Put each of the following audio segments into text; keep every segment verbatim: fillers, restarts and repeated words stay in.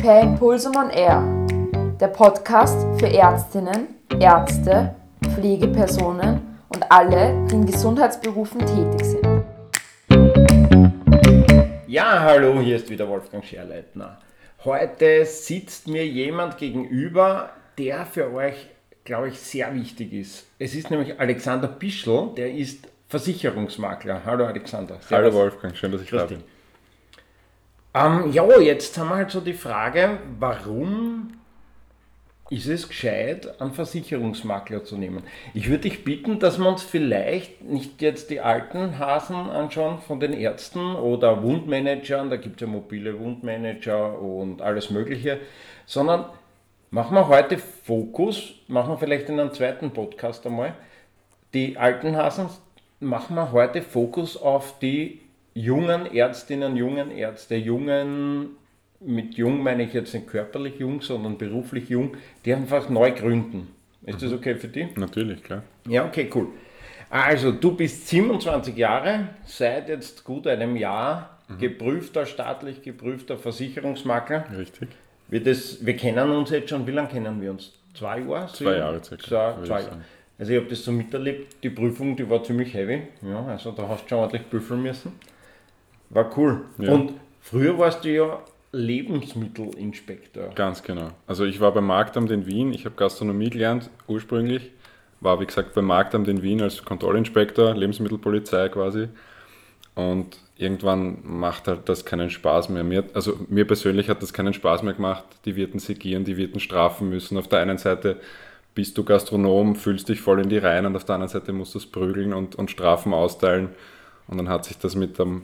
Per Impulsum on Air, der Podcast für Ärztinnen, Ärzte, Pflegepersonen und alle, die in Gesundheitsberufen tätig sind. Ja, hallo, hier ist wieder Wolfgang Scherleitner. Heute sitzt mir jemand gegenüber, der für euch, glaube ich, sehr wichtig ist. Es ist nämlich Alexander Pischl, der ist Versicherungsmakler. Hallo Alexander. Servus. Hallo Wolfgang, schön, dass ich da bin. Ähm, ja, jetzt haben wir halt so die Frage, warum ist es gescheit, einen Versicherungsmakler zu nehmen? Ich würde dich bitten, dass wir uns vielleicht nicht jetzt die alten Hasen anschauen von den Ärzten oder Wundmanagern, da gibt es ja mobile Wundmanager und alles Mögliche, sondern machen wir heute Fokus, machen wir vielleicht in einem zweiten Podcast einmal, die alten Hasen, machen wir heute Fokus auf die jungen Ärztinnen, jungen Ärzte, jungen, mit jung meine ich jetzt nicht körperlich jung, sondern beruflich jung, die einfach neu gründen. Ist das okay für dich? Natürlich, klar. Ja, okay, cool. Also, du bist siebenundzwanzig Jahre, seit jetzt gut einem Jahr mhm. geprüfter, staatlich geprüfter Versicherungsmakler. Richtig. Wir, das, wir kennen uns jetzt schon, wie lange kennen wir uns? Zwei Jahre? Zwei Jahre circa. Zwei, zwei Jahre. Also ich habe das so miterlebt, die Prüfung, die war ziemlich heavy. Ja, also da hast du schon ordentlich büffeln müssen. War cool. Ja. Und früher warst du ja Lebensmittelinspektor. Ganz genau. Also ich war beim Marktamt in Wien, ich habe Gastronomie gelernt ursprünglich, war wie gesagt beim Marktamt in Wien als Kontrollinspektor, Lebensmittelpolizei quasi. Und irgendwann macht halt das keinen Spaß mehr. Mir, also mir persönlich hat das keinen Spaß mehr gemacht, die Wirten segieren, die Wirten strafen müssen. Auf der einen Seite bist du Gastronom, fühlst dich voll in die Reihen und auf der anderen Seite musst du es prügeln und, und Strafen austeilen. Und dann hat sich das mit dem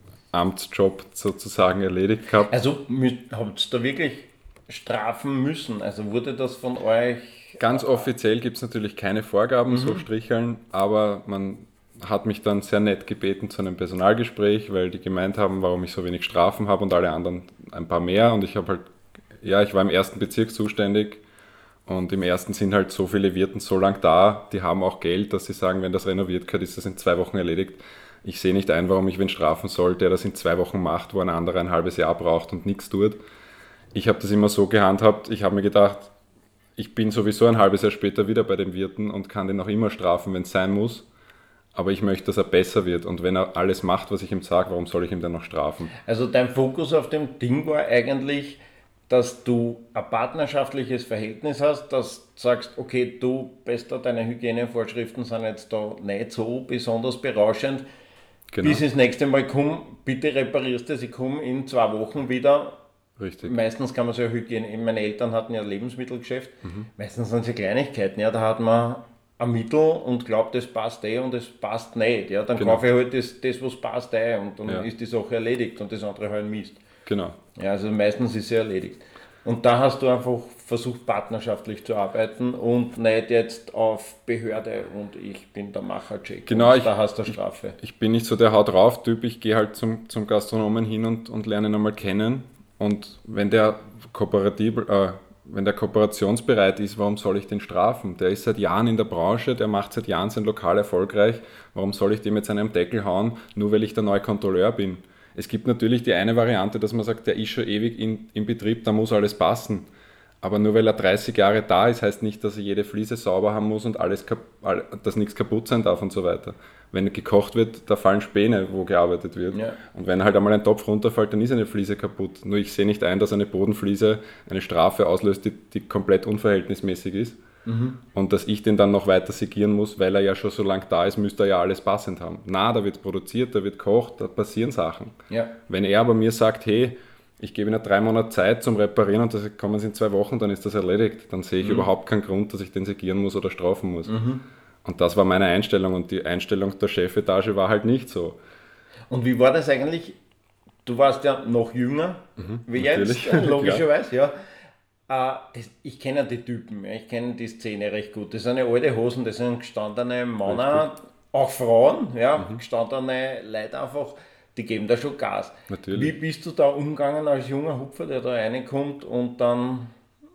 Amtsjob sozusagen erledigt gehabt. Also habt ihr da wirklich strafen müssen? Also wurde das von euch... Ganz offiziell gibt es natürlich keine Vorgaben, mhm. so stricheln, aber man hat mich dann sehr nett gebeten zu einem Personalgespräch, weil die gemeint haben, warum ich so wenig Strafen habe und alle anderen ein paar mehr. Und ich habe halt, ja, ich war im ersten Bezirk zuständig und im ersten sind halt so viele Wirten so lang da, die haben auch Geld, dass sie sagen, wenn das renoviert gehört, ist das in zwei Wochen erledigt. Ich sehe nicht ein, warum ich wen strafen soll, der das in zwei Wochen macht, wo ein anderer ein halbes Jahr braucht und nichts tut. Ich habe das immer so gehandhabt, ich habe mir gedacht, ich bin sowieso ein halbes Jahr später wieder bei dem Wirten und kann den auch immer strafen, wenn es sein muss. Aber ich möchte, dass er besser wird. Und wenn er alles macht, was ich ihm sage, warum soll ich ihm dann noch strafen? Also dein Fokus auf dem Ding war eigentlich, dass du ein partnerschaftliches Verhältnis hast, dass du sagst, okay, du, Bester, deine Hygienevorschriften sind jetzt da nicht so besonders berauschend. Genau. Bis ich das nächste Mal komme, bitte reparierst du es, ich komme in zwei Wochen wieder. Richtig. Meistens kann man so ja Hygiene, meine Eltern hatten ja ein Lebensmittelgeschäft, mhm. meistens sind es ja Kleinigkeiten, ja, da hat man ein Mittel und glaubt, das passt eh und das passt nicht. Ja, dann genau. kaufe ich halt das, das was passt eh und dann ja. ist die Sache erledigt und das andere halt Mist. Genau. Ja, also meistens ist sie erledigt. Und da hast du einfach versucht, partnerschaftlich zu arbeiten und nicht jetzt auf Behörde und ich bin der Macher-Check. Genau, ich, da hast du eine Strafe. Ich, ich bin nicht so der Haut drauf Typ, ich gehe halt zum, zum Gastronomen hin und, und lerne ihn einmal kennen. Und wenn der kooperativ, äh, wenn der kooperationsbereit ist, warum soll ich den strafen? Der ist seit Jahren in der Branche, der macht seit Jahren sein Lokal erfolgreich. Warum soll ich dem jetzt einen Deckel hauen, nur weil ich der neue Kontrolleur bin? Es gibt natürlich die eine Variante, dass man sagt, der ist schon ewig in, im Betrieb, da muss alles passen. Aber nur weil er dreißig Jahre da ist, heißt nicht, dass er jede Fliese sauber haben muss und alles, dass nichts kaputt sein darf und so weiter. Wenn gekocht wird, da fallen Späne, wo gearbeitet wird. Ja. Und wenn halt einmal ein Topf runterfällt, dann ist eine Fliese kaputt. Nur ich sehe nicht ein, dass eine Bodenfliese eine Strafe auslöst, die, die komplett unverhältnismäßig ist. Mhm. Und dass ich den dann noch weiter segieren muss, weil er ja schon so lange da ist, müsste er ja alles passend haben. Na, da wird produziert, da wird gekocht, da passieren Sachen. Ja. Wenn er aber mir sagt, hey, ich gebe Ihnen drei Monate Zeit zum Reparieren und das kommen Sie in zwei Wochen, dann ist das erledigt. Dann sehe ich mhm. überhaupt keinen Grund, dass ich den segieren muss oder strafen muss. Mhm. Und das war meine Einstellung und die Einstellung der Chefetage war halt nicht so. Und wie war das eigentlich? Du warst ja noch jünger mhm, wie jetzt, logischerweise, ja. Uh, das, ich kenne die Typen, ich kenne die Szene recht gut. Das sind ja alte Hosen, das sind gestandene Männer, auch Frauen, ja, mhm. gestandene Leute einfach, die geben da schon Gas. Natürlich. Wie bist du da umgegangen als junger Hupfer, der da reinkommt und dann...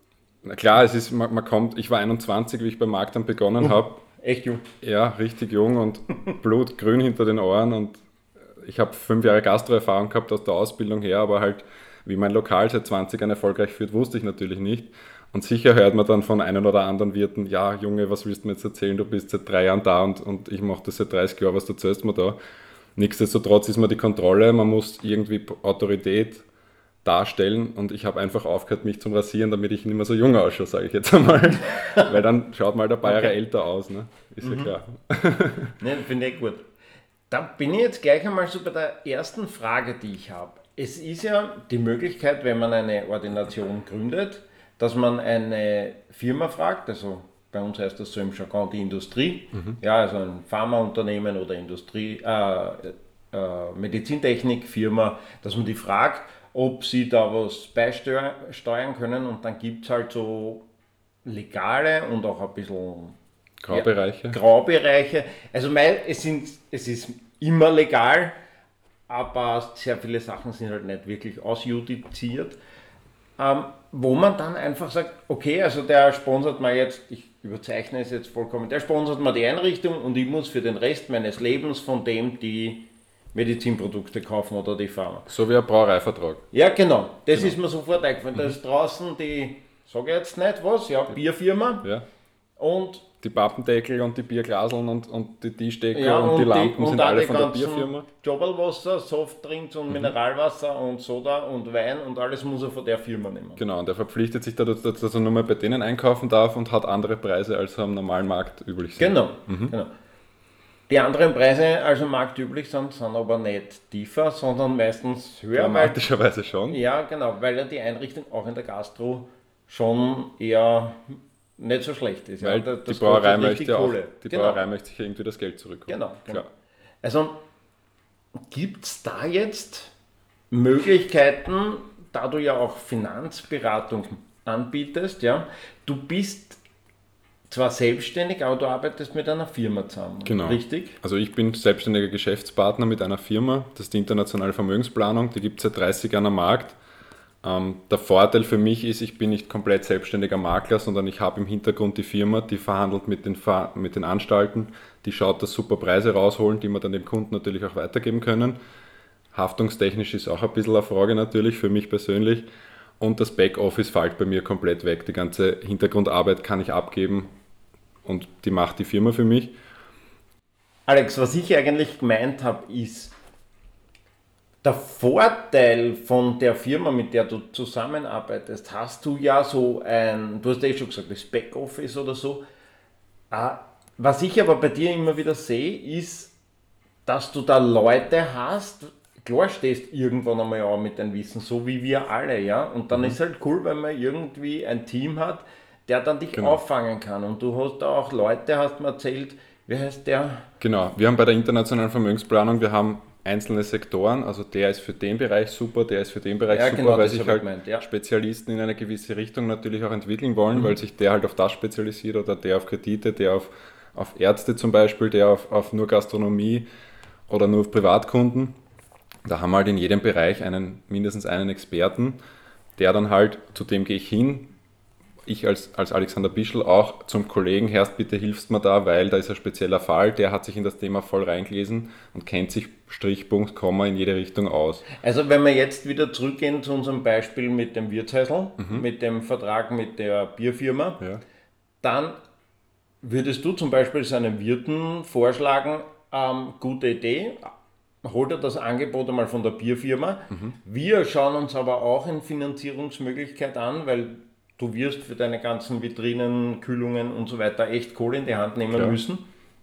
Na klar, es ist, man, man kommt, ich war einundzwanzig, wie ich beim Marktamt begonnen uh, habe. Echt jung? Ja, richtig jung und blutgrün hinter den Ohren und ich habe fünf Jahre Gastroerfahrung gehabt aus der Ausbildung her, aber halt Wie mein Lokal seit zwanzig Jahren erfolgreich führt, wusste ich natürlich nicht. Und sicher hört man dann von einem oder anderen Wirten, ja Junge, was willst du mir jetzt erzählen, du bist seit drei Jahren da und, und ich mache das seit dreißig Jahren, was erzählst du mir da? Nichtsdestotrotz ist mir die Kontrolle, man muss irgendwie Autorität darstellen und ich habe einfach aufgehört, mich zu rasieren, damit ich nicht mehr so jung ausschaue, sage ich jetzt einmal. Weil dann schaut mal der Bayer okay. älter aus, ne? Ist mhm. ja klar. Ne, finde ich gut. Da bin ich jetzt gleich einmal so bei der ersten Frage, die ich habe. Es ist ja die Möglichkeit, wenn man eine Ordination gründet, dass man eine Firma fragt, also bei uns heißt das so im Jargon die Industrie, mhm. ja, also ein Pharmaunternehmen oder Industrie, äh, äh, Medizintechnikfirma, dass man die fragt, ob sie da was beisteuern können und dann gibt es halt so legale und auch ein bisschen Graubereiche. Ja, Graubereiche. Also mein, es, sind, es ist immer legal, aber sehr viele Sachen sind halt nicht wirklich ausjudiziert. Ähm, wo man dann einfach sagt, okay, also der sponsert mir jetzt, ich überzeichne es jetzt vollkommen, der sponsert mir die Einrichtung und ich muss für den Rest meines Lebens von dem die Medizinprodukte kaufen oder die Pharma. So wie ein Brauereivertrag. Ja, genau. Das genau. ist mir sofort eingefallen. Da ist draußen die, sage ich jetzt nicht was, ja, Bierfirma. Ja. Und die Pappendeckel und die Bierglaseln und, und die Tischdecker ja, und, und die Lampen die, sind alle von der Bierfirma. Jobelwasser, Softdrinks und mhm. Mineralwasser und Soda und Wein und alles muss er von der Firma nehmen. Genau, und er verpflichtet sich dazu, dass er nur mal bei denen einkaufen darf und hat andere Preise, als am normalen Markt üblich sind. Genau, mhm. genau. Die anderen Preise, also marktüblich sind, sind aber nicht tiefer, sondern meistens höher. Dramatischerweise schon. Ja, genau, weil ja die Einrichtung auch in der Gastro schon eher nicht so schlecht ist. Weil ja. Das die Brauerei, möchte, auch, die genau. Brauerei möchte sich irgendwie das Geld zurückholen. Genau, genau. Also gibt es da jetzt Möglichkeiten, da du ja auch Finanzberatung anbietest, ja, du bist zwar selbstständig, aber du arbeitest mit einer Firma zusammen, genau. Richtig? Also ich bin selbstständiger Geschäftspartner mit einer Firma, das ist die Internationale Vermögensplanung, die gibt es seit dreißig Jahren am Markt. Ähm, der Vorteil für mich ist, ich bin nicht komplett selbstständiger Makler, sondern ich habe im Hintergrund die Firma, die verhandelt mit den, Ver- mit den Anstalten, die schaut, dass super Preise rausholen, die wir dann dem Kunden natürlich auch weitergeben können. Haftungstechnisch ist auch ein bisschen eine Frage natürlich für mich persönlich. Und das Backoffice fällt bei mir komplett weg. Die ganze Hintergrundarbeit kann ich abgeben und die macht die Firma für mich. Alex, was ich eigentlich gemeint habe, ist, der Vorteil von der Firma, mit der du zusammenarbeitest, hast du ja so ein, du hast ja eh schon gesagt, das Backoffice oder so. Was ich aber bei dir immer wieder sehe, ist, dass du da Leute hast, klar stehst irgendwann einmal auch mit deinem Wissen, so wie wir alle, ja. Und dann mhm. ist halt cool, wenn man irgendwie ein Team hat, der dann dich genau. auffangen kann. Und du hast da auch Leute, hast mir erzählt, wie heißt der? Genau, wir haben bei der internationalen Vermögensplanung, wir haben einzelne Sektoren, also der ist für den Bereich super, der ist für den Bereich ja, super, genau, weil sich halt gemeint, ja. Spezialisten in eine gewisse Richtung natürlich auch entwickeln wollen, mhm. weil sich der halt auf das spezialisiert oder der auf Kredite, der auf, auf Ärzte zum Beispiel, der auf, auf nur Gastronomie oder nur auf Privatkunden. Da haben wir halt in jedem Bereich einen, mindestens einen Experten, der dann halt, zu dem gehe ich hin, ich als, als Alexander Bischl auch zum Kollegen, Herrst, bitte hilfst mir da, weil da ist ein spezieller Fall, der hat sich in das Thema voll reingelesen und kennt sich Strichpunkt, Komma in jede Richtung aus. Also wenn wir jetzt wieder zurückgehen zu unserem Beispiel mit dem Wirtshäusl, mhm. mit dem Vertrag mit der Bierfirma, ja. dann würdest du zum Beispiel seinem Wirten vorschlagen, ähm, gute Idee, holt er das Angebot einmal von der Bierfirma. Mhm. Wir schauen uns aber auch eine Finanzierungsmöglichkeit an, weil du wirst für deine ganzen Vitrinen, Kühlungen und so weiter echt Kohle in die Hand nehmen Klar. müssen.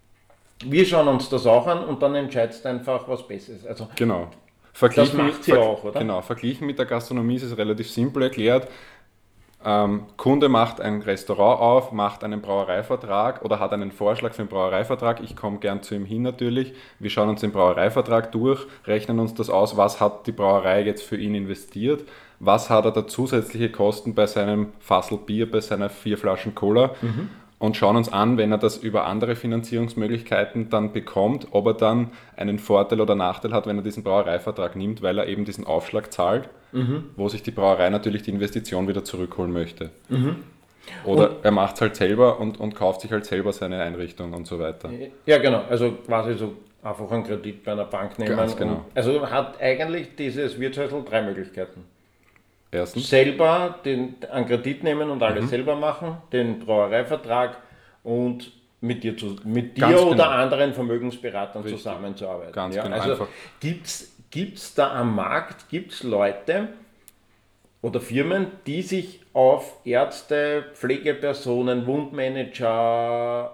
Wir schauen uns das auch an und dann entscheidest du einfach, was besser ist. Also, genau. Verglichen das macht sie mit, auch, oder? Genau, verglichen mit der Gastronomie ist es relativ simpel erklärt. Ähm, Kunde macht ein Restaurant auf, macht einen Brauereivertrag oder hat einen Vorschlag für einen Brauereivertrag. Ich komme gern zu ihm hin natürlich. Wir schauen uns den Brauereivertrag durch, rechnen uns das aus, was hat die Brauerei jetzt für ihn investiert, was hat er da zusätzliche Kosten bei seinem Fassel Bier, bei seiner vier Flaschen Cola mhm. und schauen uns an, wenn er das über andere Finanzierungsmöglichkeiten dann bekommt, ob er dann einen Vorteil oder Nachteil hat, wenn er diesen Brauereivertrag nimmt, weil er eben diesen Aufschlag zahlt, mhm. wo sich die Brauerei natürlich die Investition wieder zurückholen möchte. Mhm. Oder und er macht es halt selber und, und kauft sich halt selber seine Einrichtung und so weiter. Ja, genau. Also quasi so einfach einen Kredit bei einer Bank nehmen. Ganz genau. Und also hat eigentlich dieses Wirtshäusl drei Möglichkeiten. Erstens. selber den, einen Kredit nehmen und alles Mhm. selber machen, den Brauereivertrag und mit dir, zu, mit dir Ganz oder genau. anderen Vermögensberatern Richtig. zusammenzuarbeiten. Ganz ja? genau, Also einfach. gibt es da am Markt, gibt es Leute oder Firmen, die sich auf Ärzte, Pflegepersonen, Wundmanager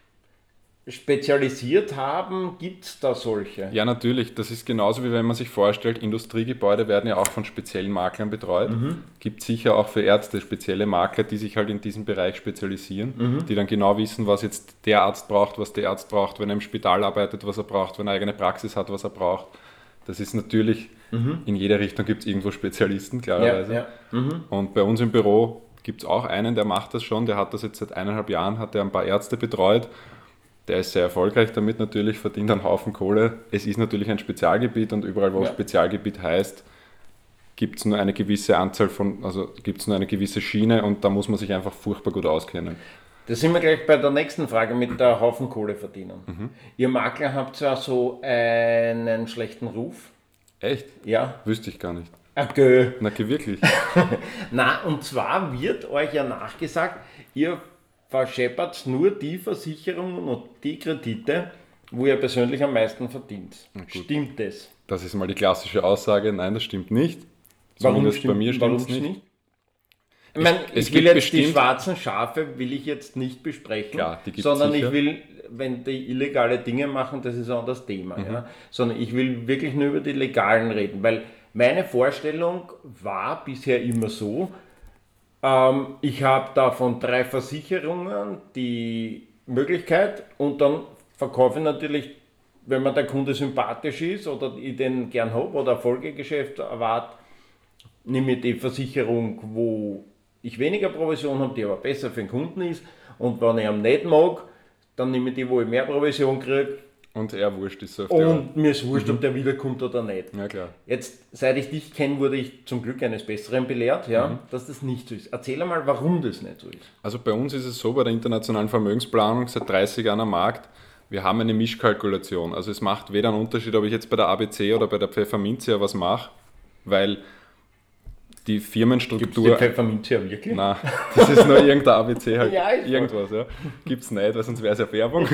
spezialisiert haben? Gibt es da solche? Ja, natürlich. Das ist genauso, wie wenn man sich vorstellt, Industriegebäude werden ja auch von speziellen Maklern betreut. Gibt sicher auch für Ärzte spezielle Makler, die sich halt in diesem Bereich spezialisieren, die dann genau wissen, was jetzt der Arzt braucht, was der Arzt braucht, wenn er im Spital arbeitet, was er braucht, wenn er eigene Praxis hat, was er braucht. Das ist natürlich, in jeder Richtung gibt es irgendwo Spezialisten, klarerweise. Ja, ja. Und bei uns im Büro gibt es auch einen, der macht das schon, der hat das jetzt seit eineinhalb Jahren, hat er ein paar Ärzte betreut. Der ist sehr erfolgreich damit natürlich, verdient einen Haufen Kohle. Es ist natürlich ein Spezialgebiet und überall, wo Ja. Spezialgebiet heißt, gibt es nur eine gewisse Anzahl von, also gibt es nur eine gewisse Schiene und da muss man sich einfach furchtbar gut auskennen. Da sind wir gleich bei der nächsten Frage mit der Haufen Kohle verdienen. Ihr Makler habt ja so einen schlechten Ruf. Echt? Ja. Wüsste ich gar nicht. Okay. Na, geh wirklich. Na, und zwar wird euch ja nachgesagt, ihr verscheppert nur die Versicherungen und die Kredite, wo ihr persönlich am meisten verdient. Stimmt das? Das ist mal die klassische Aussage. Nein, das stimmt nicht. Warum Zumindest stimmt, bei mir warum stimmt es nicht. Ich, meine, es ich will gibt jetzt die bestimmt- schwarzen Schafe will ich jetzt nicht besprechen, Klar, die gibt's sondern sicher. ich will, wenn die illegale Dinge machen, das ist auch das Thema, Mhm. ja? Sondern ich will wirklich nur über die legalen reden, weil meine Vorstellung war bisher immer so, ähm, ich habe da von drei Versicherungen die Möglichkeit und dann verkaufe ich natürlich, wenn mir der Kunde sympathisch ist oder ich den gern habe oder ein Folgegeschäft erwarte, nehme ich die Versicherung, wo ich weniger Provision habe, die aber besser für den Kunden ist. Und wenn ich ihn nicht mag, dann nehme ich die, wo ich mehr Provision kriege. Und er wurscht ist so auf die Art. Und mir ist wurscht, ob der wiederkommt oder nicht. Ja, klar. Jetzt, seit ich dich kenne, wurde ich zum Glück eines Besseren belehrt, ja, dass das nicht so ist. Erzähl einmal, warum das nicht so ist. Also bei uns ist es so, bei der internationalen Vermögensplanung seit dreißig Jahren am Markt, wir haben eine Mischkalkulation. Also es macht weder einen Unterschied, ob ich jetzt bei der A B C oder bei der Pfefferminzia was mache, weil die Gibt es die Firmenstruktur... Pfefferminze ja wirklich? Nein, das ist nur irgendein A B C halt. Ja, ist so. Irgendwas, ja. Gibt es nicht, weil sonst wäre es ja Werbung.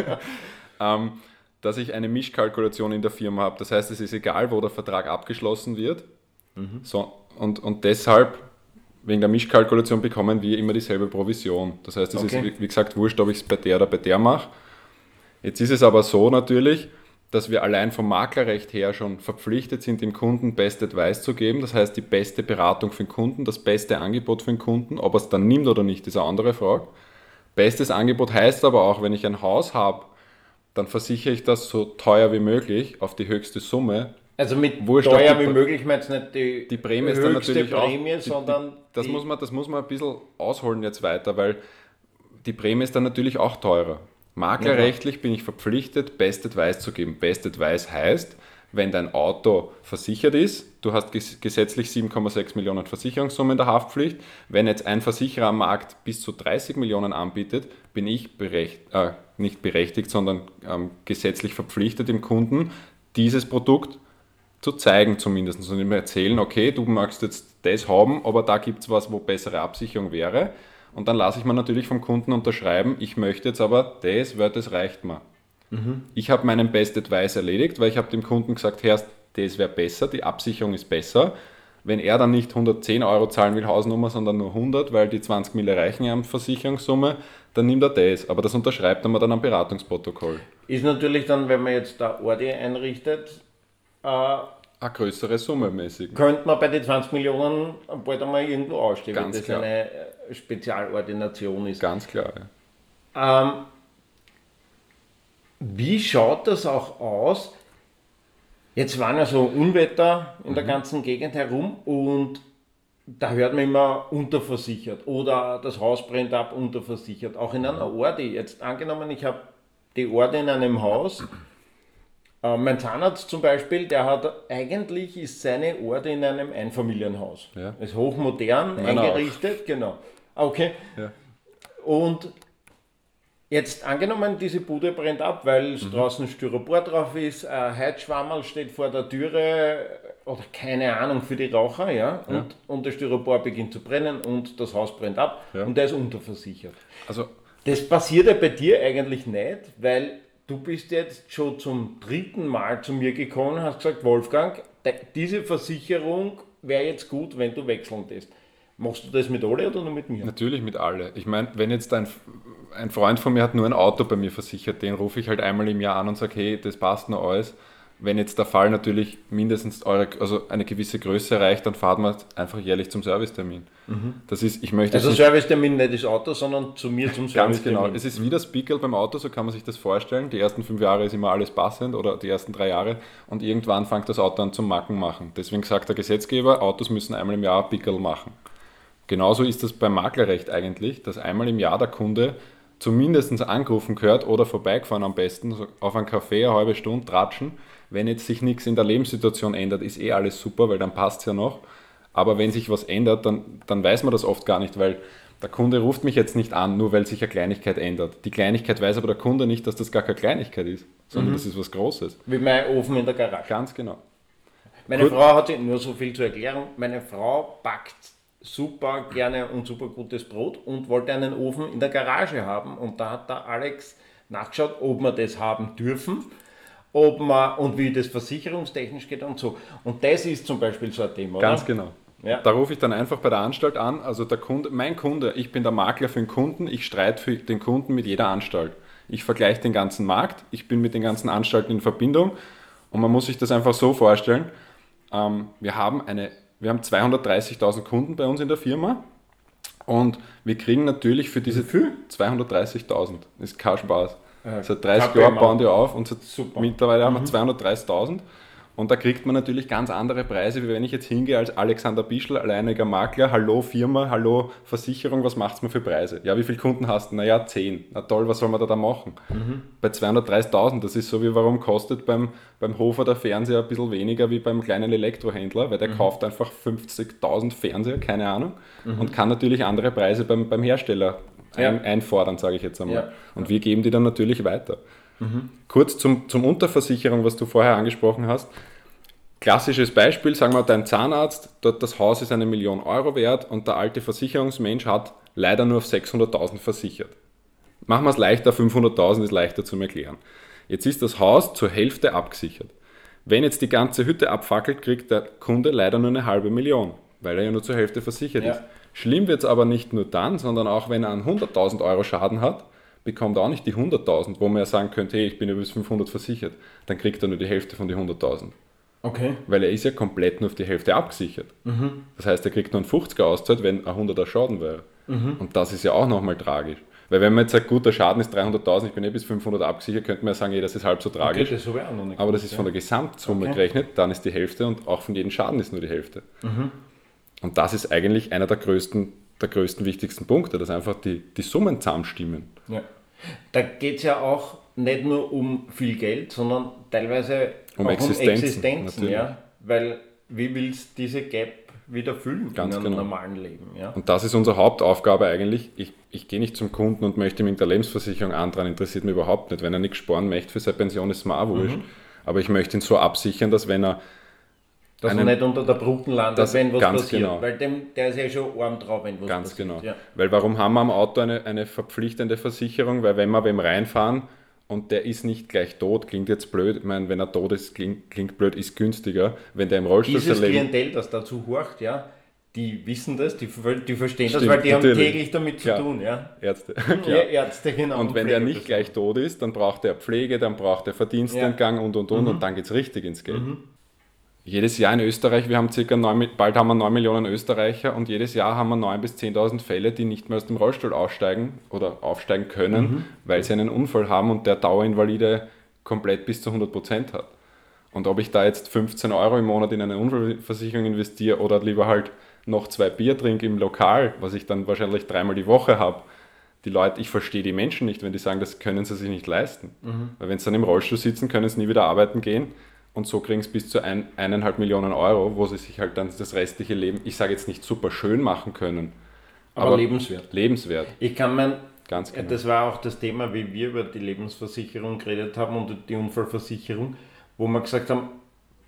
ähm, dass ich eine Mischkalkulation in der Firma habe. Das heißt, es ist egal, wo der Vertrag abgeschlossen wird. So, und, und deshalb, wegen der Mischkalkulation, bekommen wir immer dieselbe Provision. Das heißt, es Okay. ist, wie, wie gesagt, wurscht, ob ich es bei der oder bei der mache. Jetzt ist es aber so natürlich, dass wir allein vom Maklerrecht her schon verpflichtet sind, dem Kunden Best Advice zu geben. Das heißt, die beste Beratung für den Kunden, das beste Angebot für den Kunden. Ob er es dann nimmt oder nicht, ist eine andere Frage. Bestes Angebot heißt aber auch, wenn ich ein Haus habe, dann versichere ich das so teuer wie möglich auf die höchste Summe. Also mit Wurscht, teuer ob die wie Pr- möglich meinst du nicht die, Die Prämie ist dann höchste natürlich auch... Prämie, die- sondern die, das, die, muss man, das muss man ein bisschen ausholen jetzt weiter, weil die Prämie ist dann natürlich auch teurer. Maklerrechtlich bin ich verpflichtet, Best Advice zu geben. Best Advice heißt, wenn dein Auto versichert ist, du hast ges- gesetzlich sieben Komma sechs Millionen Versicherungssumme in der Haftpflicht, wenn jetzt ein Versicherer am Markt bis zu dreißig Millionen anbietet, bin ich berecht, äh, nicht berechtigt, sondern ähm, gesetzlich verpflichtet, dem Kunden dieses Produkt zu zeigen zumindest und ihm erzählen, okay, du magst jetzt das haben, aber da gibt es was, wo bessere Absicherung wäre. Und dann lasse ich mir natürlich vom Kunden unterschreiben, ich möchte jetzt aber das, weil das reicht mir. Ich habe meinen Best Advice erledigt, weil ich habe dem Kunden gesagt, Herr, das wäre besser, die Absicherung ist besser. Wenn er dann nicht hundertzehn Euro zahlen will, Hausnummer, sondern nur hundert, weil die zwanzig Mille reichen ja an Versicherungssumme, dann nimmt er das. Aber das unterschreibt er mir dann am Beratungsprotokoll. ist natürlich dann, wenn man jetzt da Ordi einrichtet, äh, Eine größere Summe mäßig. könnte man bei den zwanzig Millionen bald einmal irgendwo ausstehen, wenn Ganz das klar. eine äh, Spezialordination ist. Ganz klar, ja. Ähm, wie schaut das auch aus? Jetzt waren ja so Unwetter in der ganzen Gegend herum und da hört man immer unterversichert oder das Haus brennt ab, unterversichert. Auch in einer Ordi. Jetzt angenommen, ich habe die Ordi in einem Haus. Äh, mein Zahnarzt zum Beispiel, der hat eigentlich ist seine Ordi in einem Einfamilienhaus. Ja. Ist hochmodern Meiner auch. eingerichtet, genau. Okay. Ja. Und jetzt angenommen, diese Bude brennt ab, weil es draußen Styropor drauf ist, ein Heizschwammerl steht vor der Türe oder keine Ahnung für die Raucher, ja, und, Ja. und der Styropor beginnt zu brennen und das Haus brennt ab Ja. und der ist unterversichert. Also Das passiert ja bei dir eigentlich nicht, weil du bist jetzt schon zum dritten Mal zu mir gekommen und hast gesagt, Wolfgang, de- diese Versicherung wäre jetzt gut, wenn du wechseln lässt. Machst du das mit alle oder nur mit mir? natürlich mit alle. Ich meine, wenn jetzt ein, ein Freund von mir hat nur ein Auto bei mir versichert, den rufe ich halt einmal im Jahr an und sage, hey, das passt noch alles. Wenn jetzt der Fall natürlich mindestens eure, also eine gewisse Größe erreicht, dann fahren wir einfach jährlich zum Servicetermin. Das ist, ich möchte Also jetzt nicht- Servicetermin nicht das Auto, sondern zu mir zum Ganz Servicetermin. genau. Es ist wie das Pickel beim Auto, so kann man sich das vorstellen. Die ersten fünf Jahre ist immer alles passend oder die ersten drei Jahre und irgendwann fängt das Auto an zum Macken machen. Deswegen sagt der Gesetzgeber, Autos müssen einmal im Jahr Pickel machen. Genauso ist das beim Maklerrecht eigentlich, dass einmal im Jahr der Kunde zumindest angerufen gehört oder vorbeigefahren am besten, so auf einen Café eine halbe Stunde tratschen. Wenn jetzt sich nichts in der Lebenssituation ändert, ist eh alles super, weil dann passt es ja noch. Aber wenn sich was ändert, dann, dann weiß man das oft gar nicht, weil der Kunde ruft mich jetzt nicht an, nur weil sich eine Kleinigkeit ändert. Die Kleinigkeit weiß aber der Kunde nicht, dass das gar keine Kleinigkeit ist, sondern das ist was Großes. Wie mein Ofen in der Garage. Ganz genau. Meine Gut. Frau hat sich, nur so viel zur Erklärung, meine Frau backt super gerne und super gutes Brot und wollte einen Ofen in der Garage haben. Und da hat der Alex nachgeschaut, ob wir das haben dürfen, ob man und wie das versicherungstechnisch geht und so. Und das ist zum Beispiel so ein Thema, Ganz oder? genau. Ja. Da rufe ich dann einfach bei der Anstalt an, also der Kunde, mein Kunde, ich bin der Makler für den Kunden, ich streite für den Kunden mit jeder Anstalt. Ich vergleiche den ganzen Markt, ich bin mit den ganzen Anstalten in Verbindung und man muss sich das einfach so vorstellen, ähm, wir haben eine, wir haben zweihundertdreißigtausend Kunden bei uns in der Firma und wir kriegen natürlich für diese zweihundertdreißigtausend, ist kein Spaß. Seit dreißig Kappe Jahren im bauen die auf und seit Super. mittlerweile haben wir zweihundertdreißigtausend. Und da kriegt man natürlich ganz andere Preise, wie wenn ich jetzt hingehe als Alexander Bischl, alleiniger Makler, hallo Firma, hallo Versicherung, was macht's mir für Preise? Ja, wie viele Kunden hast du? Naja, zehn. Na toll, was soll man da, da machen? Bei zweihundertdreißigtausend, das ist so wie, warum kostet beim, beim Hofer der Fernseher ein bisschen weniger wie beim kleinen Elektrohändler, weil der kauft einfach fünfzigtausend Fernseher, keine Ahnung, und kann natürlich andere Preise beim, beim Hersteller ein, Ja. einfordern, sage ich jetzt einmal. Ja. Und wir geben die dann natürlich weiter. Kurz zum, zum Unterversicherung, was du vorher angesprochen hast. Klassisches Beispiel, sagen wir, dein Zahnarzt, dort das Haus ist eine Million Euro wert und der alte Versicherungsmensch hat leider nur auf sechshunderttausend versichert. Machen wir es leichter, fünfhunderttausend ist leichter zu erklären. Jetzt ist das Haus zur Hälfte abgesichert. Wenn jetzt die ganze Hütte abfackelt, kriegt der Kunde leider nur eine halbe Million, weil er ja nur zur Hälfte versichert Ja. ist. Schlimm wird es aber nicht nur dann, sondern auch wenn er einen hunderttausend Euro Schaden hat, bekommt er auch nicht die hunderttausend, wo man ja sagen könnte, hey, ich bin ja bis fünfhundert versichert, dann kriegt er nur die Hälfte von den hunderttausend. Okay. Weil er ist ja komplett nur auf die Hälfte abgesichert. Das heißt, er kriegt nur einen fünfziger auszahlt, wenn ein hunderter Schaden wäre. Und das ist ja auch nochmal tragisch. Weil wenn man jetzt sagt, gut, der Schaden ist dreihunderttausend, ich bin eh bis fünfhundert abgesichert, könnte man ja sagen, hey, das ist halb so Okay, tragisch. das habe ich auch noch nicht Aber das gewusst, ist von der Gesamtsumme Okay. gerechnet, dann ist die Hälfte und auch von jedem Schaden ist nur die Hälfte. Und das ist eigentlich einer der größten, der größten, wichtigsten Punkte, dass einfach die, die Summen zusammenstimmen. Ja. Da geht es ja auch nicht nur um viel Geld, sondern teilweise Um auch Existenzen, um Existenzen. natürlich. Ja? Weil wie willst du diese Gap wieder füllen Ganz in einem genau. normalen Leben? Ja? Und das ist unsere Hauptaufgabe eigentlich. Ich, ich gehe nicht zum Kunden und möchte ihm in der Lebensversicherung andran, interessiert mich überhaupt nicht. Wenn er nichts sparen möchte für seine Pension, ist es mir auch wurscht. Aber ich möchte ihn so absichern, dass wenn er Dass einen- er nicht unter der Brücke landet, Das- wenn was ganz passiert. genau. Weil dem, der ist ja schon arm drauf, wenn was Ganz passiert. genau. Ja. Weil warum haben wir am Auto eine, eine verpflichtende Versicherung? Weil wenn wir wem reinfahren und der ist nicht gleich tot, klingt jetzt blöd. Ich meine, wenn er tot ist, klingt, klingt blöd, ist günstiger. Wenn der im Rollstuhl Dieses sein Leben... Klientel, das dazu horcht, ja, die wissen das, die, die verstehen Stimmt, das, weil die natürlich. haben täglich damit Klar. zu tun. Ja. Ärzte. Ja, Klar. Ärzte, genau. Und wenn er nicht Pflegepersonen. gleich tot ist, dann braucht er Pflege, dann braucht er Verdienstentgang und und und und dann geht es richtig ins Geld. Jedes Jahr in Österreich, wir haben circa neun, bald haben wir neun Millionen Österreicher und jedes Jahr haben wir neun bis zehntausend Fälle, die nicht mehr aus dem Rollstuhl aussteigen oder aufsteigen können, weil sie einen Unfall haben und der Dauerinvalide komplett bis zu hundert Prozent hat. Und ob ich da jetzt fünfzehn Euro im Monat in eine Unfallversicherung investiere oder lieber halt noch zwei Bier trinke im Lokal, was ich dann wahrscheinlich dreimal die Woche habe, die Leute, ich verstehe die Menschen nicht, wenn die sagen, das können sie sich nicht leisten. Weil wenn sie dann im Rollstuhl sitzen, können sie nie wieder arbeiten gehen und so kriegen sie bis zu ein, eineinhalb Millionen Euro, wo sie sich halt dann das restliche Leben, ich sage jetzt nicht super schön machen können, Aber, lebenswert. lebenswert. Ich kann mein, Ganz genau. das war auch das Thema, wie wir über die Lebensversicherung geredet haben und die Unfallversicherung, wo wir gesagt haben,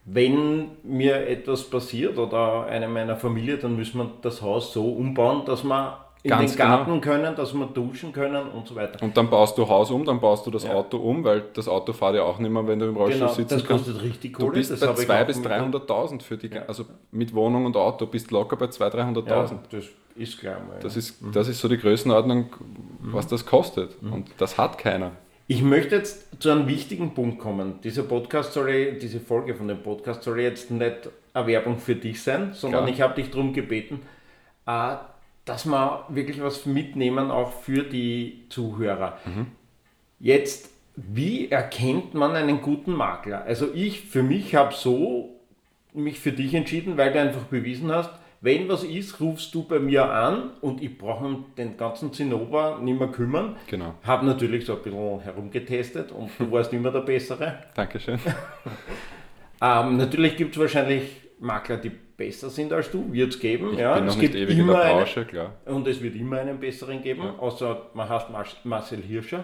wenn mir etwas passiert oder eine meiner Familie, dann müssen wir das Haus so umbauen, dass wir in Ganz den Garten genau. können, dass wir duschen können und so weiter. Und dann baust du Haus um, dann baust du das Ja. Auto um, weil das Auto fährt ja auch nicht mehr, wenn du im Rollstuhl Genau, sitzen das kannst. kostet richtig Du Kohle. bist das bei habe ich zweihunderttausend auch bis mit- dreihunderttausend für die, Ja. also mit Wohnung und Auto bist locker bei zweihunderttausend, dreihunderttausend. Ja, das ist klar mal. Das ja. ist, das ist so die Größenordnung, was das kostet. Und das hat keiner. Ich möchte jetzt zu einem wichtigen Punkt kommen. Dieser Podcast soll, ich- diese Folge von dem Podcast soll jetzt nicht eine Werbung für dich sein, sondern Klar. ich habe dich darum gebeten, äh, dass wir wirklich was mitnehmen, auch für die Zuhörer. Jetzt, wie erkennt man einen guten Makler? Also ich für mich habe so mich für dich entschieden, weil du einfach bewiesen hast, wenn was ist, rufst du bei mir an und ich brauche um den ganzen Zinnober nicht mehr kümmern. Genau. Habe natürlich so ein bisschen herumgetestet und du warst immer der Bessere. Dankeschön. Ähm, natürlich gibt es wahrscheinlich Makler, die besser sind als du, wird es geben. Ich ja. bin noch es nicht gibt ewig in immer der eine, Branche, klar. und es wird immer einen besseren geben, außer man heißt Mar- Marcel Hirscher.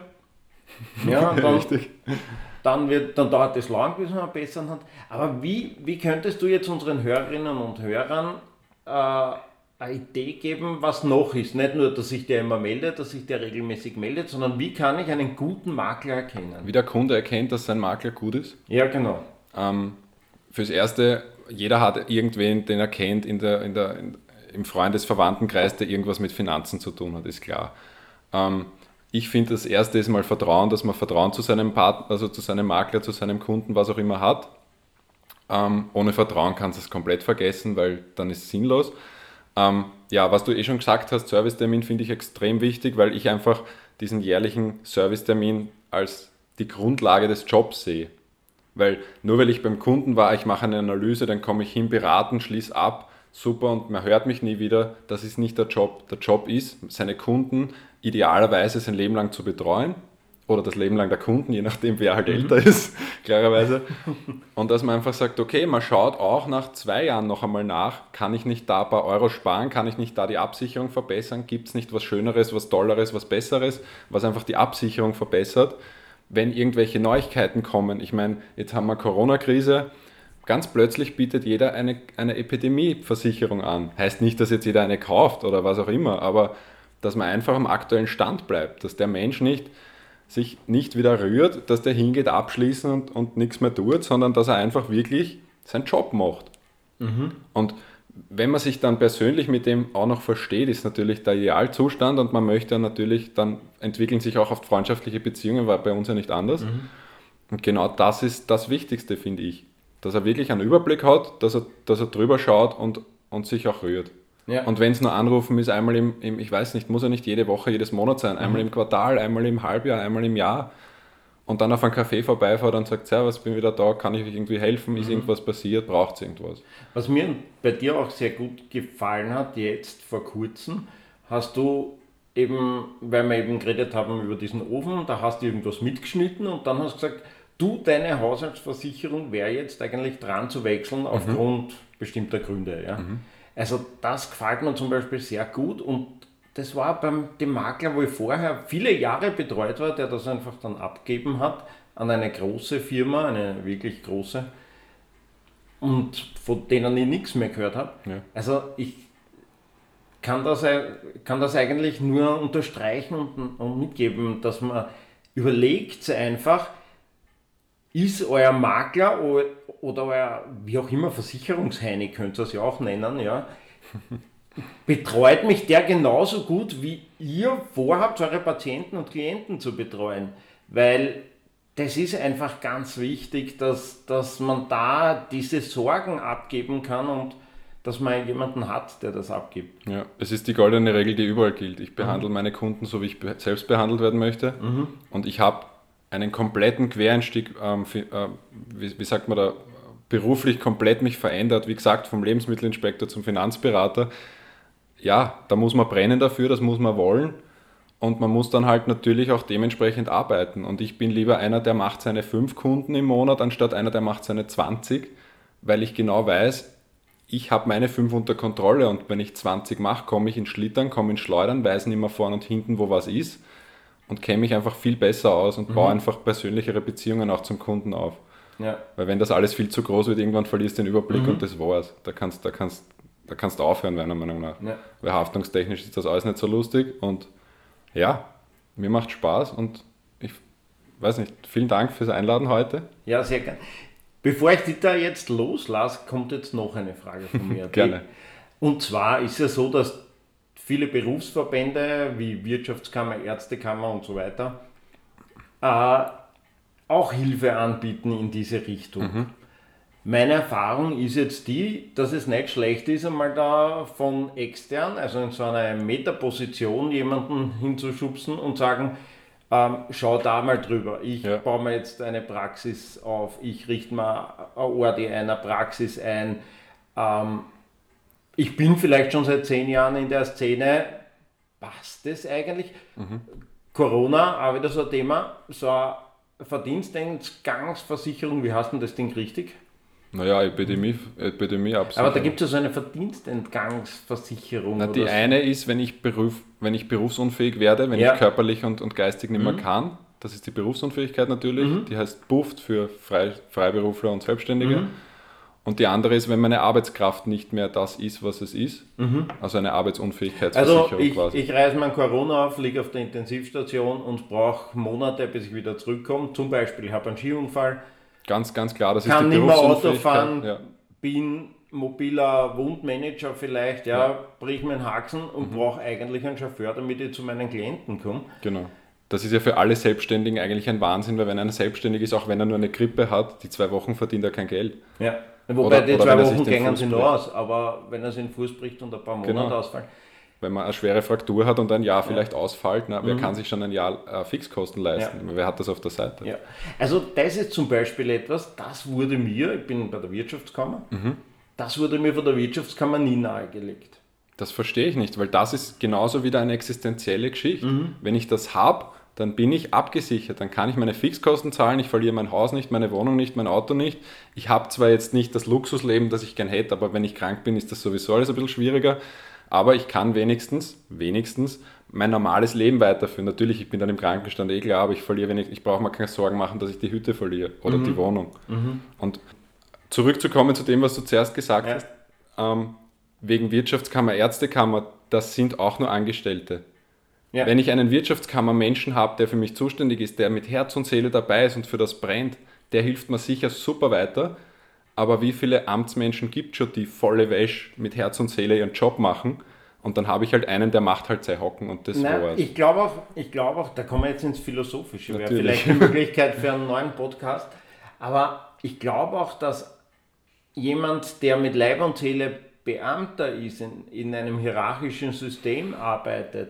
Ja, und dann, Richtig. dann, wird, dann dauert es lang, bis man einen besseren hat. Aber wie, wie könntest du jetzt unseren Hörerinnen und Hörern äh, eine Idee geben, was noch ist? Nicht nur, dass sich der immer meldet, dass sich der regelmäßig meldet, sondern wie kann ich einen guten Makler erkennen? Wie der Kunde erkennt, dass sein Makler gut ist. Ja, genau. Ähm, fürs Erste, jeder hat irgendwen, den er kennt in der, in der, in, im Freundes-Verwandtenkreis, der irgendwas mit Finanzen zu tun hat, ist klar. Ähm, ich finde, das Erste ist mal Vertrauen, dass man Vertrauen zu seinem Partner, also zu seinem Makler, zu seinem Kunden, was auch immer hat. Ähm, ohne Vertrauen kannst du es komplett vergessen, weil dann ist es sinnlos. Ähm, ja, was du eh schon gesagt hast, Servicetermin finde ich extrem wichtig, weil ich einfach diesen jährlichen Servicetermin als die Grundlage des Jobs sehe. Weil nur weil ich beim Kunden war, ich mache eine Analyse, dann komme ich hin, beraten, schließe ab, super und man hört mich nie wieder, das ist nicht der Job. Der Job ist, seine Kunden idealerweise sein Leben lang zu betreuen oder das Leben lang der Kunden, je nachdem wer halt älter ist, klarerweise. Und dass man einfach sagt, okay, man schaut auch nach zwei Jahren noch einmal nach, kann ich nicht da ein paar Euro sparen, kann ich nicht da die Absicherung verbessern, gibt es nicht was Schöneres, was Tolleres, was Besseres, was einfach die Absicherung verbessert. Wenn irgendwelche Neuigkeiten kommen, ich meine, jetzt haben wir Corona-Krise, ganz plötzlich bietet jeder eine, eine Epidemieversicherung an. Heißt nicht, dass jetzt jeder eine kauft oder was auch immer, aber dass man einfach am aktuellen Stand bleibt, dass der Mensch nicht sich nicht wieder rührt, dass der hingeht, abschließen und, und nichts mehr tut, sondern dass er einfach wirklich seinen Job macht. Mhm. Und wenn man sich dann persönlich mit dem auch noch versteht, ist natürlich der Idealzustand und man möchte natürlich, dann entwickeln sich auch oft freundschaftliche Beziehungen, war bei uns ja nicht anders. Mhm. Und genau das ist das Wichtigste, finde ich. Dass er wirklich einen Überblick hat, dass er, dass er drüber schaut und, und sich auch rührt. Ja. Und wenn es nur anrufen ist, einmal im, im, ich weiß nicht, muss ja nicht jede Woche, jedes Monat sein, einmal mhm. im Quartal, einmal im Halbjahr, einmal im Jahr und dann auf einen Café vorbeifahrt und sagt, servus, bin wieder da, kann ich euch irgendwie helfen, mhm. ist irgendwas passiert, braucht es irgendwas. Was mir bei dir auch sehr gut gefallen hat, jetzt vor kurzem, hast du eben, weil wir eben geredet haben über diesen Ofen, da hast du irgendwas mitgeschnitten und dann hast du gesagt, du, deine Haushaltsversicherung wäre jetzt eigentlich dran zu wechseln mhm. aufgrund bestimmter Gründe. Ja? Mhm. Also das gefällt mir zum Beispiel sehr gut und das war beim dem Makler, wo ich vorher viele Jahre betreut war, der das einfach dann abgegeben hat an eine große Firma, eine wirklich große und von denen ich nichts mehr gehört habe. Ja. Also ich kann das, kann das eigentlich nur unterstreichen und, und mitgeben, dass man überlegt einfach, ist euer Makler oder euer, wie auch immer, Versicherungsheini, könnt ihr es ja auch nennen, ja, betreut mich der genauso gut, wie ihr vorhabt, eure Patienten und Klienten zu betreuen. Weil das ist einfach ganz wichtig, dass, dass man da diese Sorgen abgeben kann und dass man jemanden hat, der das abgibt. Ja, es ist die goldene Regel, die überall gilt. Ich behandle mhm. meine Kunden so, wie ich selbst behandelt werden möchte. Mhm. Und ich habe einen kompletten Quereinstieg, ähm, für, äh, wie, wie sagt man da, beruflich komplett mich verändert. Wie gesagt, vom Lebensmittelinspektor zum Finanzberater. Ja, da muss man brennen dafür, das muss man wollen. Und man muss dann halt natürlich auch dementsprechend arbeiten. Und ich bin lieber einer, der macht seine fünf Kunden im Monat, anstatt einer, der macht seine zwanzig, weil ich genau weiß, ich habe meine fünf unter Kontrolle und wenn ich zwanzig mache, komme ich in Schlittern, komme in Schleudern, weiß nicht mehr vorne und hinten, wo was ist und kenne mich einfach viel besser aus und mhm. baue einfach persönlichere Beziehungen auch zum Kunden auf. Ja. Weil wenn das alles viel zu groß wird, irgendwann verlierst du den Überblick Mhm. und das war's. Da kannst da kannst, da kannst du aufhören, meiner Meinung nach. Ja. Weil haftungstechnisch ist das alles nicht so lustig und ja, mir macht Spaß und ich weiß nicht, vielen Dank fürs Einladen heute. Ja, sehr gerne. Bevor ich dich da jetzt loslasse, kommt jetzt noch eine Frage von mir. Gerne. Und zwar ist es so, dass viele Berufsverbände wie Wirtschaftskammer, Ärztekammer und so weiter äh, auch Hilfe anbieten in diese Richtung. Mhm. Meine Erfahrung ist jetzt die, dass es nicht schlecht ist, einmal da von extern, also in so einer Metaposition, jemanden hinzuschubsen und sagen, ähm, schau da mal drüber. Ich Ja. baue mir jetzt eine Praxis auf, ich richte mir eine O R D einer Praxis ein. Ähm, ich bin vielleicht schon seit zehn Jahren in der Szene. Passt das eigentlich? Mhm. Corona, auch wieder so ein Thema, so eine Verdienstentgangsversicherung, wie heißt denn das Ding richtig? Naja, Epidemie, Epidemie Aber da gibt es ja so eine Verdienstentgangsversicherung. Na, die oder so. eine ist, wenn ich, Beruf, wenn ich berufsunfähig werde, wenn Ja. ich körperlich und, und geistig nicht mehr Mhm. kann. Das ist die Berufsunfähigkeit natürlich. Mhm. Die heißt B U F T für Frei, Freiberufler und Selbstständige. Mhm. Und die andere ist, wenn meine Arbeitskraft nicht mehr das ist, was es ist. Mhm. Also eine Also Arbeitsunfähigkeitsversicherung ich, quasi. ich reise mein Corona auf, liege auf der Intensivstation und brauche Monate, bis ich wieder zurückkomme. Zum Beispiel, ich habe einen Skiunfall, Ganz, ganz klar, das ist kann die nicht mehr Auto Berufsunfähigkeit. fahren, Ja. bin mobiler Wundmanager vielleicht, ja, brich mir einen Haxen und Mhm. brauche eigentlich einen Chauffeur, damit ich zu meinen Klienten komme. Genau. Das ist ja für alle Selbstständigen eigentlich ein Wahnsinn, weil wenn einer selbstständig ist, auch wenn er nur eine Grippe hat, die zwei Wochen verdient er kein Geld. Ja. Wobei Oder- die oder zwei wenn er sich Wochen den gängen Fuß sie noch bricht. aus, aber wenn er sich den Fuß bricht und ein paar Monate Genau. ausfallen. Wenn man eine schwere Fraktur hat und ein Jahr vielleicht ausfällt, na, wer kann sich schon ein Jahr äh, Fixkosten leisten? Wer hat das auf der Seite? Ja. Also das ist zum Beispiel etwas, das wurde mir, ich bin bei der Wirtschaftskammer, Mhm. das wurde mir von der Wirtschaftskammer nie nahegelegt. Das verstehe ich nicht, weil das ist genauso wieder eine existenzielle Geschichte. Mhm. Wenn ich das habe, dann bin ich abgesichert, dann kann ich meine Fixkosten zahlen, ich verliere mein Haus nicht, meine Wohnung nicht, mein Auto nicht. Ich habe zwar jetzt nicht das Luxusleben, das ich gern hätte, aber wenn ich krank bin, ist das sowieso alles ein bisschen schwieriger. Aber ich kann wenigstens, wenigstens mein normales Leben weiterführen. Natürlich, ich bin dann im Krankenstand eh klar, aber ich verliere wenig, ich brauche mir keine Sorgen machen, dass ich die Hütte verliere oder die Wohnung. Und zurückzukommen zu dem, was du zuerst gesagt Ja. hast, ähm, wegen Wirtschaftskammer, Ärztekammer, das sind auch nur Angestellte. Ja. Wenn ich einen Wirtschaftskammer-Menschen habe, der für mich zuständig ist, der mit Herz und Seele dabei ist und für das brennt, der hilft mir sicher super weiter. Aber wie viele Amtsmenschen gibt es schon, die volle Wäsche mit Herz und Seele ihren Job machen? Und dann habe ich halt einen, der macht halt sein Hocken und das Nein, war's. ich glaube auch, ich glaube auch, da kommen wir jetzt ins Philosophische, wäre Natürlich. vielleicht eine Möglichkeit für einen neuen Podcast. Aber ich glaube auch, dass jemand, der mit Leib und Seele Beamter ist, in, in einem hierarchischen System arbeitet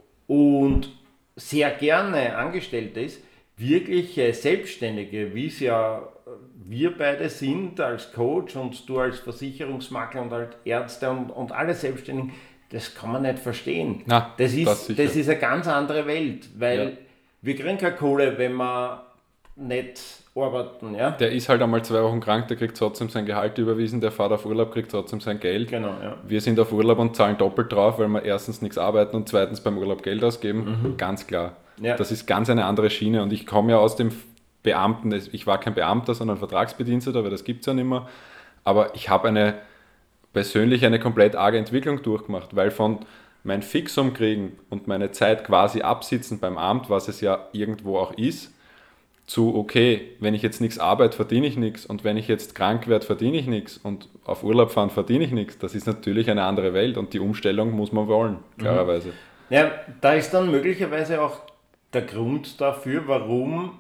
und sehr gerne Angestellter ist, wirkliche Selbstständige, wie es ja wir beide sind als Coach und du als Versicherungsmakler und als Ärzte und, und alle Selbstständigen, das kann man nicht verstehen. Na, das, ist, das das, sicher. ist eine ganz andere Welt, weil Ja. wir kriegen keine Kohle, wenn wir nicht arbeiten. Ja? Der ist halt einmal zwei Wochen krank, der kriegt trotzdem sein Gehalt überwiesen, der fährt auf Urlaub, kriegt trotzdem sein Geld. Genau, ja. Wir sind auf Urlaub und zahlen doppelt drauf, weil wir erstens nichts arbeiten und zweitens beim Urlaub Geld ausgeben. Ganz klar. Ja. Das ist ganz eine andere Schiene und ich komme ja aus dem Beamten, ich war kein Beamter, sondern Vertragsbediensteter, weil das gibt es ja nicht mehr. Aber ich habe eine persönlich eine komplett arge Entwicklung durchgemacht, weil von mein Fixum kriegen und meine Zeit quasi absitzen beim Amt, was es ja irgendwo auch ist, zu, okay, wenn ich jetzt nichts arbeite, verdiene ich nichts und wenn ich jetzt krank werde, verdiene ich nichts und auf Urlaub fahren, verdiene ich nichts. Das ist natürlich eine andere Welt und die Umstellung muss man wollen, klarerweise. Ja, da ist dann möglicherweise auch der Grund dafür, warum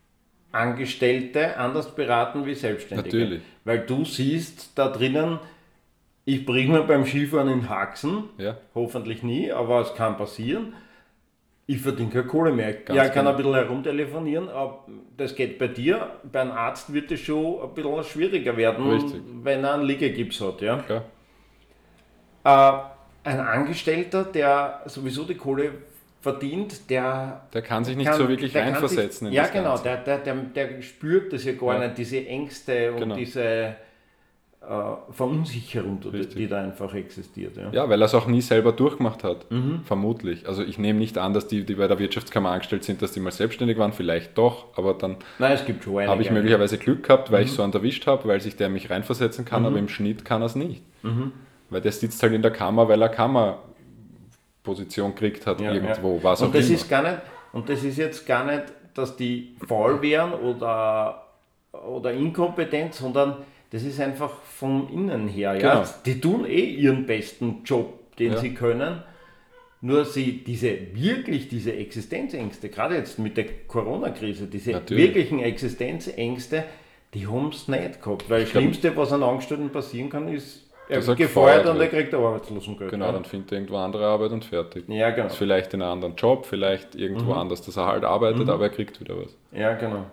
Angestellte anders beraten wie Selbstständige. Natürlich. Weil du siehst da drinnen, ich bringe mir beim Skifahren in Haxen, Ja. hoffentlich nie, aber es kann passieren. Ich verdiene keine Kohle mehr. Ganz ja, ich kann genau. ein bisschen herumtelefonieren, aber das geht bei dir. Bei einem Arzt wird es schon ein bisschen schwieriger werden, Richtig. wenn er einen Liegegips hat. Ja? Klar. Äh, ein Angestellter, der sowieso die Kohle verdient, der Der kann sich nicht kann- so wirklich der kann reinversetzen Sich, in ja, das genau, Ganze. der, der, der, der spürt das ja gar Ja. nicht, diese Ängste und Genau. diese äh, Verunsicherung, die, Richtig. die da einfach existiert. Ja, Ja, weil er es auch nie selber durchgemacht hat, mhm. vermutlich. Also ich nehme nicht an, dass die, die bei der Wirtschaftskammer angestellt sind, dass die mal selbstständig waren, vielleicht doch, aber dann Nein, es gibt schon einige. habe ich möglicherweise Glück gehabt, weil mhm. ich so einen erwischt habe, weil sich der mich reinversetzen kann, mhm. aber im Schnitt kann er es nicht. Mhm. Weil der sitzt halt in der Kammer, weil er Kammerposition gekriegt hat ja, irgendwo, ja. was und auch das immer. Ist gar nicht, und das ist jetzt gar nicht, dass die faul wären oder, oder inkompetent, sondern das ist einfach von innen her. Ja? Genau. Die tun eh ihren besten Job, den ja. sie können, nur sie diese wirklich diese Existenzängste, gerade jetzt mit der Corona-Krise, diese Natürlich. wirklichen Existenzängste, die haben es nicht gehabt. Weil das Schlimmste, was einem Angestellten passieren kann, ist, er wird gefeuert und er kriegt Arbeitslosengeld. Genau, ja. Dann findet er irgendwo andere Arbeit und fertig. Ja, genau. Ist vielleicht in einem anderen Job, vielleicht irgendwo mhm. anders, dass er halt arbeitet, mhm. aber er kriegt wieder was. Ja, genau.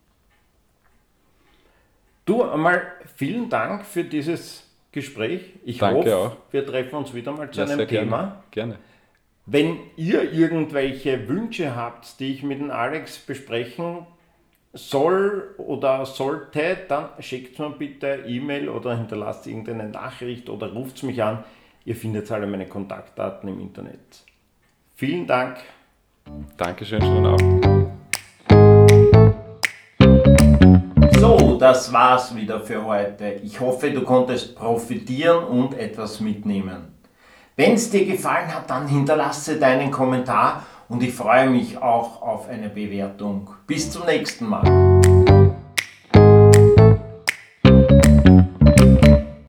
Du, einmal vielen Dank für dieses Gespräch. Ich Danke hoffe, auch. wir treffen uns wieder mal zu ja, einem Thema. Gerne. gerne. Wenn ihr irgendwelche Wünsche habt, die ich mit dem Alex besprechen soll oder sollte, dann schickt mir bitte E-Mail oder hinterlasst irgendeine Nachricht oder ruft mich an. Ihr findet alle meine Kontaktdaten im Internet. Vielen Dank. Dankeschön, schönen Abend. So, das war's wieder für heute. Ich hoffe, du konntest profitieren und etwas mitnehmen. Wenn es dir gefallen hat, dann hinterlasse deinen Kommentar und ich freue mich auch auf eine Bewertung. Bis zum nächsten Mal.